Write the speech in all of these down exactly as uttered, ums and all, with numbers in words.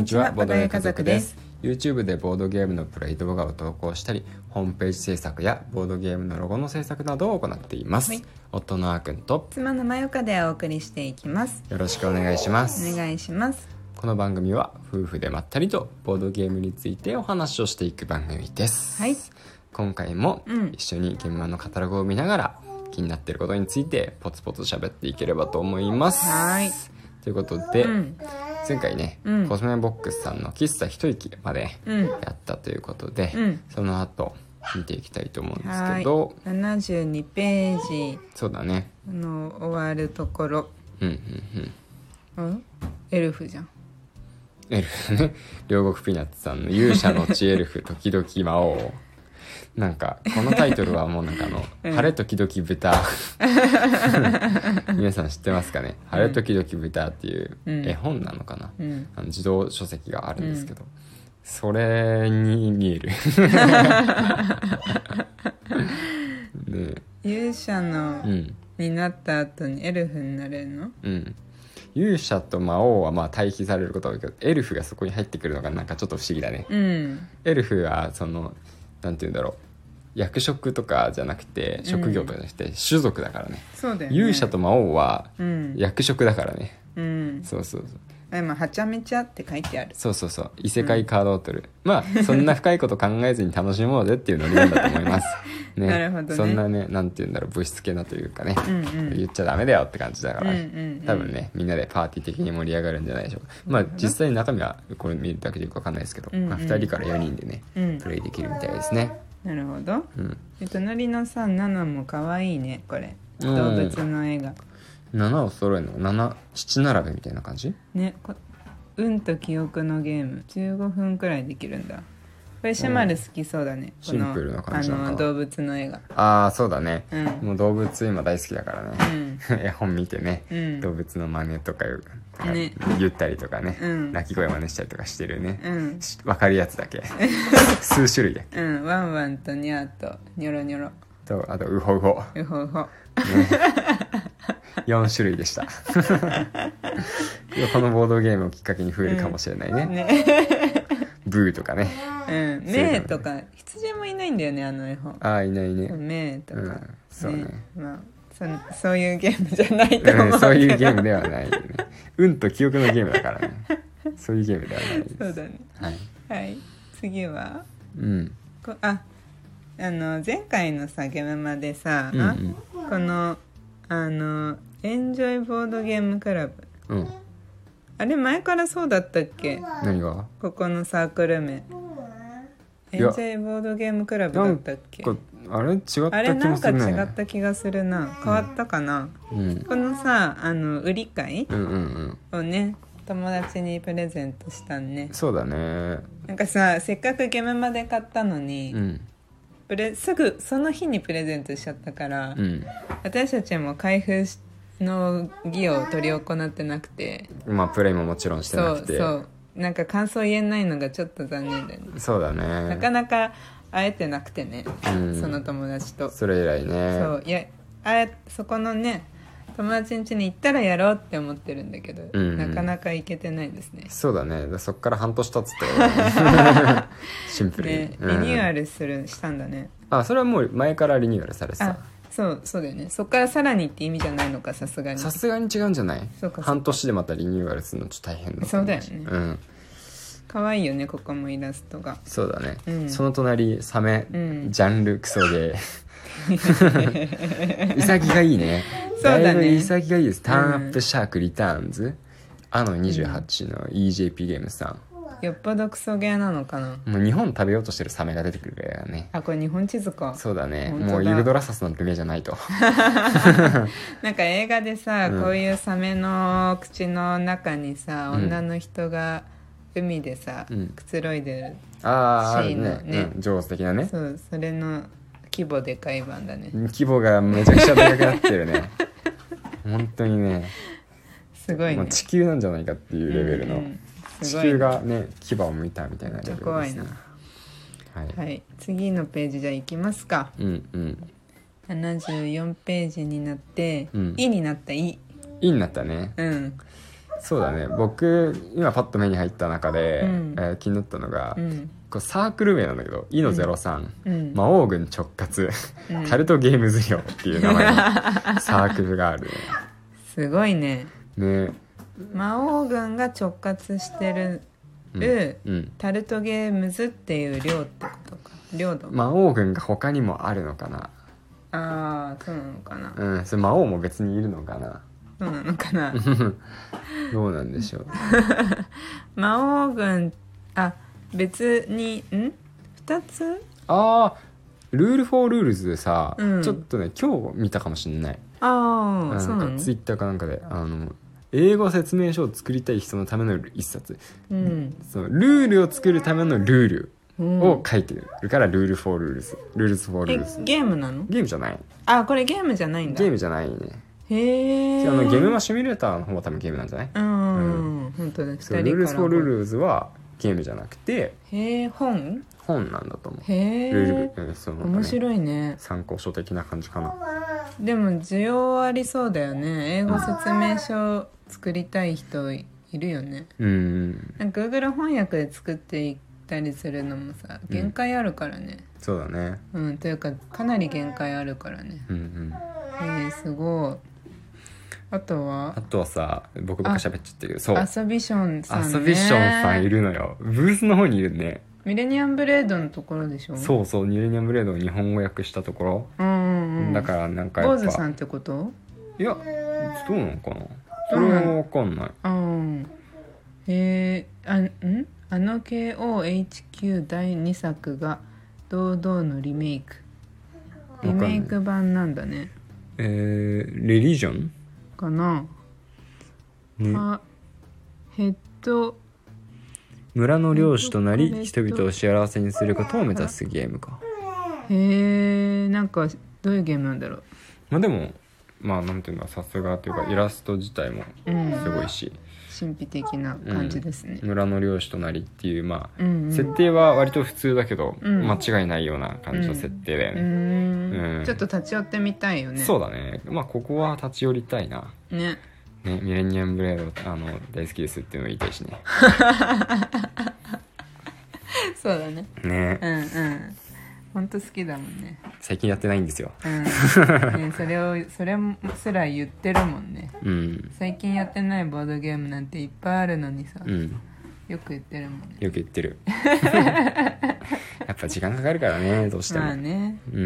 にちは、ボードゲーム家族です。 YouTube でボードゲームのプレイ動画を投稿したり、ホームページ制作やボードゲームのロゴの制作などを行っています、はい、夫のあーくんと妻のまよかでお送りしていきます。 よろしくお願いします。 お願いします。 この番組は夫婦でまったりとボードゲームについてお話をしていく番組です、はい、今回も一緒に現場のカタログを見ながら気になっていることについてポツポツ喋っていければと思います。はい、ということで、うん、前回ね、うん、コスメボックスさんの喫茶一息までやったということで、うん、その後見ていきたいと思うんですけど、 ななじゅうにページ、 そうだね、 あの終わるところ、うんうんうん、んエルフじゃん。 エルフね、両国ピーナッツさんの勇者の地エルフ時々魔王。なんかこのタイトルはもうなんかあの、うん、晴れ時々豚皆さん知ってますかね、うん、晴れ時々豚っていう絵本なのかな、うん、あの児童書籍があるんですけど、うん、それに見えるね、勇者の、うん、になった後にエルフになれるの？ うん、勇者と魔王はまあ対比されることが多いけど、エルフがそこに入ってくるのがなんかちょっと不思議だね、うん、エルフはそのなんていうんだろう、役職とかじゃなくて職業とかじゃなくて種族だからね、うん、そうだよね。勇者と魔王は役職だからね、うん、そうそうそう、 今はちゃめちゃって書いてある。 そうそうそう、異世界カードを取る、うん、まあそんな深いこと考えずに楽しもうぜっていうのをなんだと思いますね。なるほどね。そんなね、なんていうんだろう、物質系なというかね、うんうん、言っちゃダメだよって感じだから、うんうんうん、多分ねみんなでパーティー的に盛り上がるんじゃないでしょうか。まあ実際に中身はこれ見るだけでよくわかんないですけど、うんうん、まあ、ふたりからよにんでね、うん、プレイできるみたいですね。 なるほど、うん、で隣のさななもかわいいね、これ動物の絵がななを揃えるのなな、なな並べみたいな感じね。運と記憶のゲームじゅうごふんくらいできるんだ。これシマル好きそうだね、このシンプルな感じなのか。 あの動物の絵が、 ああそうだね、うん、もう動物今大好きだからね、うん、絵本見てね、うん、動物の真似とかね、言ったりとかね、うん、鳴き声真似したりとかしてるね、うん、分かるやつだけ数種類だけ、うん、 ワンワンとニャーとニョロニョロと、あとウホウホウホウホ、ね、 よん種類でしたこのボードゲームをきっかけに増えるかもしれないね、うん、ねブーとかね、 うん、メイとか羊もいないんだよね、あの絵本。 ああいないね、 メイとか、うん、 そうね、 まあそ, そういうゲームじゃないと思うけど、うん、 そういうゲームではないよね運と記憶のゲームだからねそういうゲームではないです。 そうだね、はい、はい、次は、 うん、 こああの前回のさゲームまでさ、うんうん、このあのエンジョイボードゲームクラブ、うん、あれ前からそうだったっけ？ 何が？ ここのサークル名エンジョイボードゲームクラブだったっけ？ あれ違った気がするね。 あれなんか違った気がするな。変わったかな、うん、このさあの売り会、うんうんうん、をね友達にプレゼントしたんね。 そうだね。 なんかさせっかくゲームまで買ったのに、うん、プレすぐその日にプレゼントしちゃったから、うん、私たちも開封の儀を執り行ってなくて、 まあプレイももちろんしてなくて、 そうそう、なんか感想言えないのがちょっと残念だよね。 そうだね、 なかなか会えてなくてね、うん、その友達と。 それ以来ね。 そういやあえそこのね友達ん家に行ったらやろうって思ってるんだけど、うんうん、なかなか行けてないですね。 そうだね、そっから半年経つってねシンプルに、 ね、リニューアルする、うん、したんだね。 あ、それはもう前からリニューアルされてた。 そうそうだよね。そっからさらにって意味じゃないのか、さすがに。 さすがに違うんじゃない？そうか、半年でまたリニューアルするのちょっと大変だ。 そうだよね、うん、可愛いよね、ここもイラストが。 そうだね、うん、その隣サメ、うん、ジャンルクソゲー潔がいいね。そうだね、だいぶ潔がいいです。ターンアップシャークリターンズ、あのにじゅうはちの イージェーピー ゲームさん、 よっぽどクソゲーなのかな。 もう日本食べようとしてるサメが出てくるからね。 あ、これ日本地図か。 そうだね、もうユグドラサスなんて目じゃないとなんか映画でさ、うん、こういうサメの口の中にさ、うん、女の人が海でさ、うん、くつろいでるシーンの ね, ね、うん、 上手的なね。 そう、それの規模でかい版だね。 規模がめちゃくちゃでかくなってるね本当にね、 すごいね、 まあ、地球なんじゃないかっていうレベルの、うんうん、地球がね牙を向いたみたいなレベルですね。 怖いな、はい、はい、次のページじゃあ行きますか。うんうん、ななじゅうよんページになって、うん、いになったいいになったね。 うん、 そうだね。僕今パッと目に入った中で、 うんえー気になったのが、 うん、 こうサークル名なんだけどイノゼロさん、 うん、 魔王軍直轄、 うん、 タルトゲームズ寮っていう名前のサークルがあるすごいね。 ね。 魔王軍が直轄してる、 うんうん、 タルトゲームズっていう寮ってことか。領土。 魔王軍が他にもあるのかな。 ああ、そうなのかな。 うん、それ魔王も別にいるのかな。 そうなのかな。 どうなんでしょう。 魔王軍、あ、別にんふたつ。 ああ、ルールフォールールズでさ、 うん、 ちょっとね今日見たかもしれない。 ああ、 そうなの。ツイッターかなんかで、あの英語説明書を作りたい人のための一冊、 うん、 そのルールを作るためのルールを書いてるから、ルールフォールールズ、ルールズフォールールズ。 え、ゲームなの？ ゲームじゃない。 あ、これゲームじゃないんだ。 ゲームじゃないね。 へえ。 あのゲームマシミュレーターの方は多分ゲームなんじゃない？ うん、うん、本当だ。 そう、ルールズフォールールズはゲームじゃなくて、 へえ、本？ 本なんだと思う。 へえ。 ルール、うん、その、ね、 面白いね。 参考書的な感じかな。 でも需要ありそうだよね。英語説明書作りたい人いるよね。 うん。 なんか Google 翻訳で作っていったりするのもさ、限界あるからね。 うん、そうだね。 うん、というかかなり限界あるからね。 うんうん。 えー、すごい。あとはあとはさ、僕ばっか喋っちゃったけど、そう、 アソビションさんね。 アソビションさんいるのよ。ブースの方にいるね。 ミレニアムブレードのところでしょ。 そうそう、ミレニアムブレードを日本語訳したところ、 うんうんうん、 だからなんかやっぱ坊主さんってこと？ いや、どうなのかな、それは分かんない。 うん、えー、あんあの ケーオーエイチキュー だいにさくが堂々のリメイクリメイク版なんだね。 えー、レリジョンかな、ね、はヘッド村の領主となり人々を幸せにすることを目指すゲームか。 へえ、なんかどういうゲームなんだろう。 まあでもまあなんていうの、さすがというかイラスト自体もすごいし、 うん、神秘的な感じですね、 うん、村の領主となりっていう、まあ、 うんうん、 設定は割と普通だけど、 うん、 間違いないような感じの設定だよね、 うんうん、 ちょっと立ち寄ってみたいよね。 そうだね。まあここは立ち寄りたいなね。 ね、ミレニアムブレードあの大好きですっていうのを言いたいしね。 そうだね。 ね、 うんうん。本当好きだもんね。 最近やってないんですよ。 うん。ね、それをそれすら言ってるもんね。 うん。 最近やってないボードゲームなんていっぱいあるのにさ。 うん。 よく言ってるもんね。 よく言ってる。やっぱ時間かかるからね、どうしても。 まあね。 うん。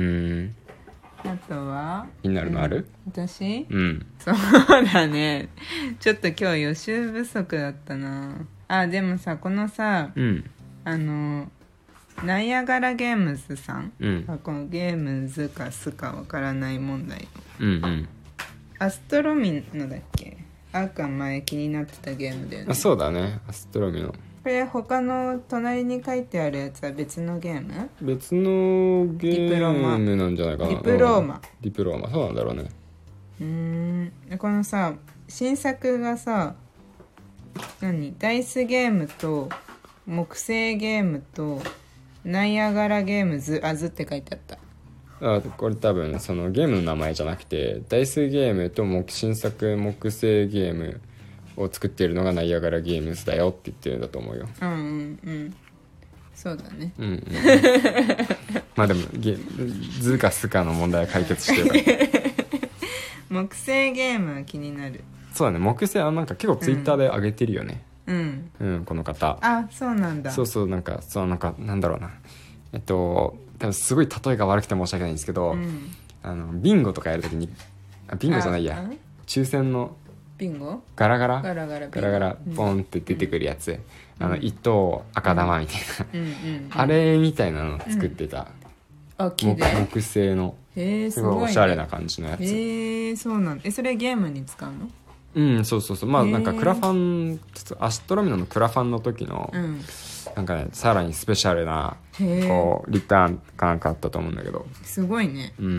あとは気になるのある？ うん、私？ うん。 そうだね。ちょっと今日予習不足だったな。あ、でもさ、このさ、 うん、 あのナイアガラゲームズさん、 うん、 このゲームズかスかわからない問題、 うんうん、 アストロミのだっけ？あーかん前気になってたゲームだよね。 あ、そうだね、アストロミの。 これ他の隣に書いてあるやつは別のゲーム？ 別のゲームなんじゃないかな。 ディプローマ、うん、 ディプローマ、そうなんだろうね。 うーん、このさ新作がさ、何、ダイスゲームと木星ゲームとナイアガラゲームズ、あずって書いてあった。 あ、これ多分そのゲームの名前じゃなくて、ダイスゲームと木新作木星ゲームを作っているのがナイアガラゲームズだよって言ってるんだと思うよ。 うんうんうん、そうだね。 うんうん、まあでもゲズかスかの問題は解決してるから木星ゲームは気になる。 そうだね、木星はなんか結構ツイッターで上げてるよね。 うん、 うん、この方。 あ、そうなんだ。 そうそう、なんかそう、なんかなんだろうな、えっと多分すごい例えが悪くて申し訳ないんですけど、うん、あのビンゴとかやるときに、あ、ビンゴじゃないや、抽選のビンゴガラガラガラガラガラガラポンって出てくるやつ、うん、あの一等赤玉みたいな、 うんうんうん、 あれみたいなの作ってた、 うん、あ、木で木製の、 へー、 すごいおしゃれな感じのやつ。 へー、そうなんだ。え、それゲームに使うの？ うん、そうそうそう、まあなんかクラファン、アストロミノのクラファンの時の、うん、なんかね、さらにスペシャルなこうリターンかなんかあったと思うんだけど。 すごいね。 うん。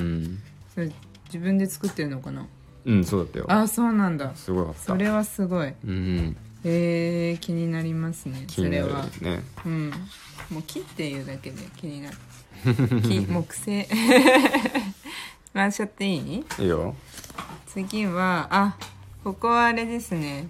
それ自分で作ってるのかな？ うん、そうだったよ。 あ、そうなんだ。 すごかった。 それはすごい。 うん。 えー、気になりますね。 気になるね。 それは。うん。もう木っていうだけで気になる。木、木星。回しちゃっていい？ いいよ。 次は、あ、ここはあれですね。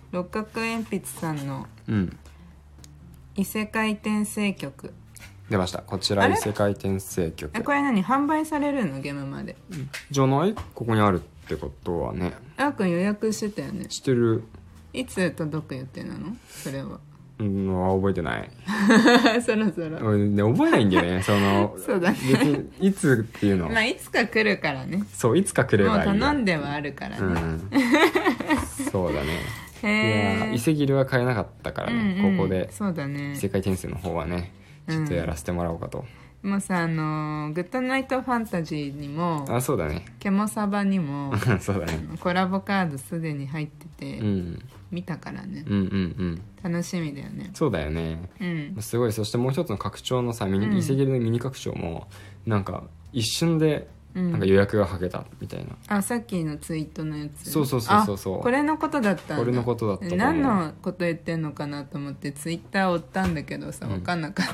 六角鉛筆さんのうん異世界転生曲出ました。こちら異世界転生曲。 えこれ何販売されるのゲームまでじゃない？ここにあるってことはね。 あーくん予約してたよね。 してる。 いつ届く予定なのそれは。 うん覚えてないそろそろ俺ね覚えないんだよねそのそうだね別にいつっていうのまあいつか来るからね。 そういつか来ればいい。 もう頼んではあるからね、うん、 そうだね。 へいや伊勢ギルは買えなかったからね、うんうん、ここでそうだね異世界転生の方はねちょっとやらせてもらおうかと、 うん、もうさあのグッドナイトファンタジーにもあそうだねケモサバにもそうだねコラボカードすでに入ってて、 うん、 見たからね、 うんうんうん楽しみだよね。 そうだよね、 うん、 すごい。そしてもう一つの拡張のさミニ、うん、伊勢ギルのミニ拡張もなんか一瞬でなんか予約がかけたみたいな、 うん、あさっきのツイートのやつ。 そうそうそうそうそうこれのことだったんだ。 これのことだったと思う。 何のこと言ってんのかなと思ってツイッター追ったんだけどさ分かんなかった、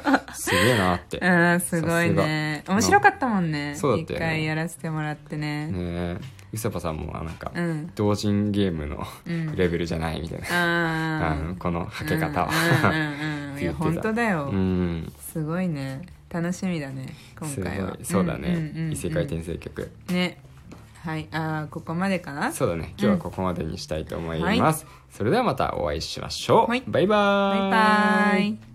うん、すげえなってうんすごいね。面白かったもんね。 そうだったよね。 一回やらせてもらってね。 ねえゆさぱさんもなんか、うん、同人ゲームのレベルじゃないみたいな、うん、あのこのはけ方は、 うんうんうん、いや本当だよ、うん、すごいね。楽しみだね今回は。 そうだね、うんうんうん、異世界転生曲ね。はい、あここまでかな。 そうだね今日はここまでにしたいと思います、うんはい、それではまたお会いしましょう、はい、バイバーイ。 バイバーイ。